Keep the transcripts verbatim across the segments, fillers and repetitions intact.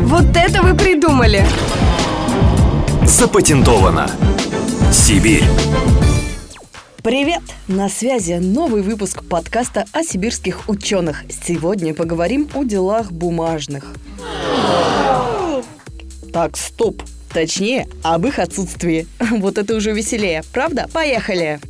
Вот это вы придумали! Запатентовано. Сибирь. Привет! На связи новый выпуск подкаста о сибирских ученых. Сегодня поговорим о делах бумажных. Так, стоп. Точнее, об их отсутствии. Вот это уже веселее, правда? Поехали!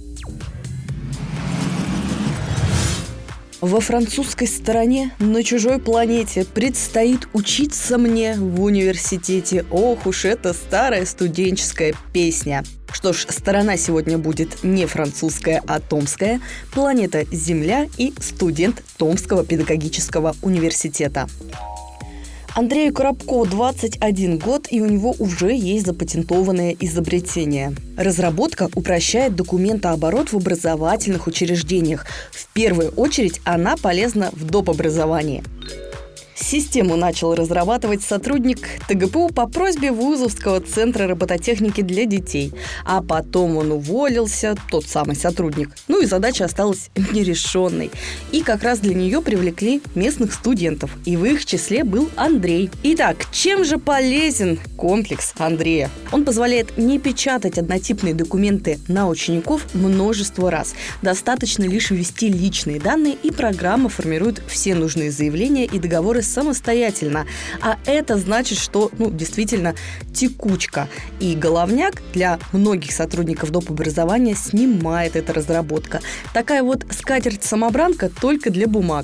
Во французской стороне, на чужой планете, предстоит учиться мне в университете. Ох уж эта старая студенческая песня. Что ж, сторона сегодня будет не французская, а томская. Планета Земля и студент Томского педагогического университета. Андрею Коробкову двадцать один год, и у него уже есть запатентованное изобретение. Разработка упрощает документооборот в образовательных учреждениях. В первую очередь она полезна в доп. Образовании. Систему начал разрабатывать сотрудник ТГПУ по просьбе Вузовского центра робототехники для детей. А потом он уволился, тот самый сотрудник. Ну и задача осталась нерешенной. И как раз для нее привлекли местных студентов. И в их числе был Андрей. Итак, чем же полезен комплекс Андрея? Он позволяет не печатать однотипные документы на учеников множество раз. Достаточно лишь ввести личные данные, и программа формирует все нужные заявления и договоры самостоятельно. А это значит, что, ну, действительно текучка. И головняк для многих сотрудников доп. Образования снимает эта разработка. Такая вот скатерть-самобранка только для бумаг.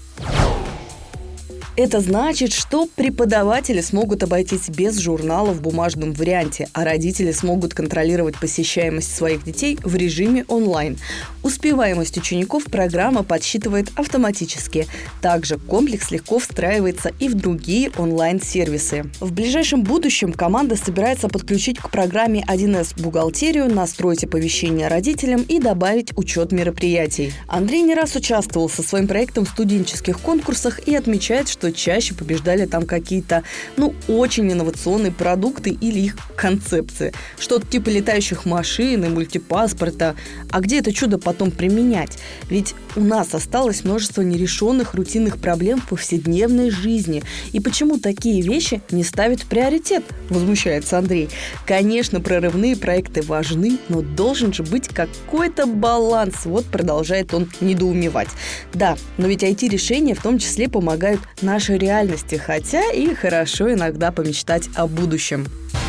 Это значит, что преподаватели смогут обойтись без журнала в бумажном варианте, а родители смогут контролировать посещаемость своих детей в режиме онлайн. Успеваемость учеников программа подсчитывает автоматически. Также комплекс легко встраивается и в другие онлайн-сервисы. В ближайшем будущем команда собирается подключить к программе один эс бухгалтерию, настроить оповещения родителям и добавить учет мероприятий. Андрей не раз участвовал со своим проектом в студенческих конкурсах и отмечает, что чаще побеждали там какие-то, ну, очень инновационные продукты или их концепции. Что-то типа летающих машин и мультипаспорта. А где это чудо потом применять? Ведь у нас осталось множество нерешенных рутинных проблем в повседневной жизни. И почему такие вещи не ставят в приоритет? Возмущается Андрей. Конечно, прорывные проекты важны, но должен же быть какой-то баланс. Вот продолжает он недоумевать. Да, но ведь ай ти-решения в том числе помогают нашей реальности, хотя и хорошо иногда помечтать о будущем.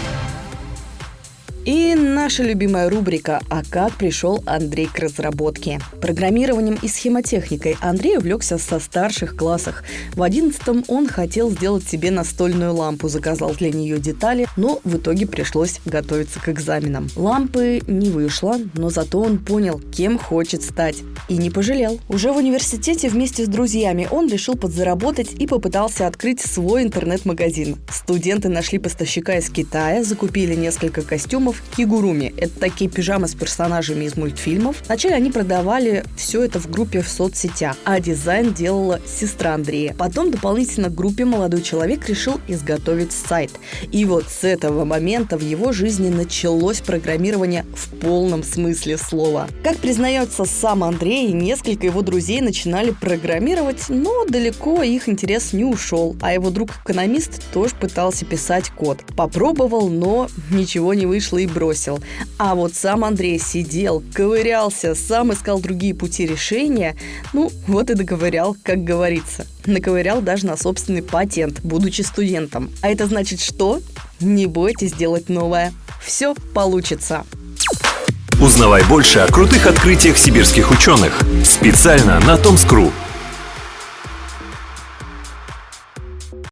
И наша любимая рубрика «А как пришел Андрей к разработке?». Программированием и схемотехникой Андрей увлекся со старших классов. В одиннадцатом он хотел сделать себе настольную лампу, заказал для нее детали, но в итоге пришлось готовиться к экзаменам. Лампы не вышло, но зато он понял, кем хочет стать. И не пожалел. Уже в университете вместе с друзьями он решил подзаработать и попытался открыть свой интернет-магазин. Студенты нашли поставщика из Китая, закупили несколько костюмов кигуруми. Это такие пижамы с персонажами из мультфильмов. Вначале они продавали все это в группе в соцсетях, а дизайн делала сестра Андрея. Потом дополнительно к группе молодой человек решил изготовить сайт. И вот с этого момента в его жизни началось программирование в полном смысле слова. Как признается сам Андрей, несколько его друзей начинали программировать, но далеко их интерес не ушел. А его друг-экономист тоже пытался писать код. Попробовал, но ничего не вышло и бросил. А вот сам Андрей сидел, ковырялся, сам искал другие пути решения. Ну, вот и доковырял, как говорится. Наковырял даже на собственный патент, будучи студентом. А это значит что? Не бойтесь делать новое. Все получится. Узнавай больше о крутых открытиях сибирских ученых специально на Томскру.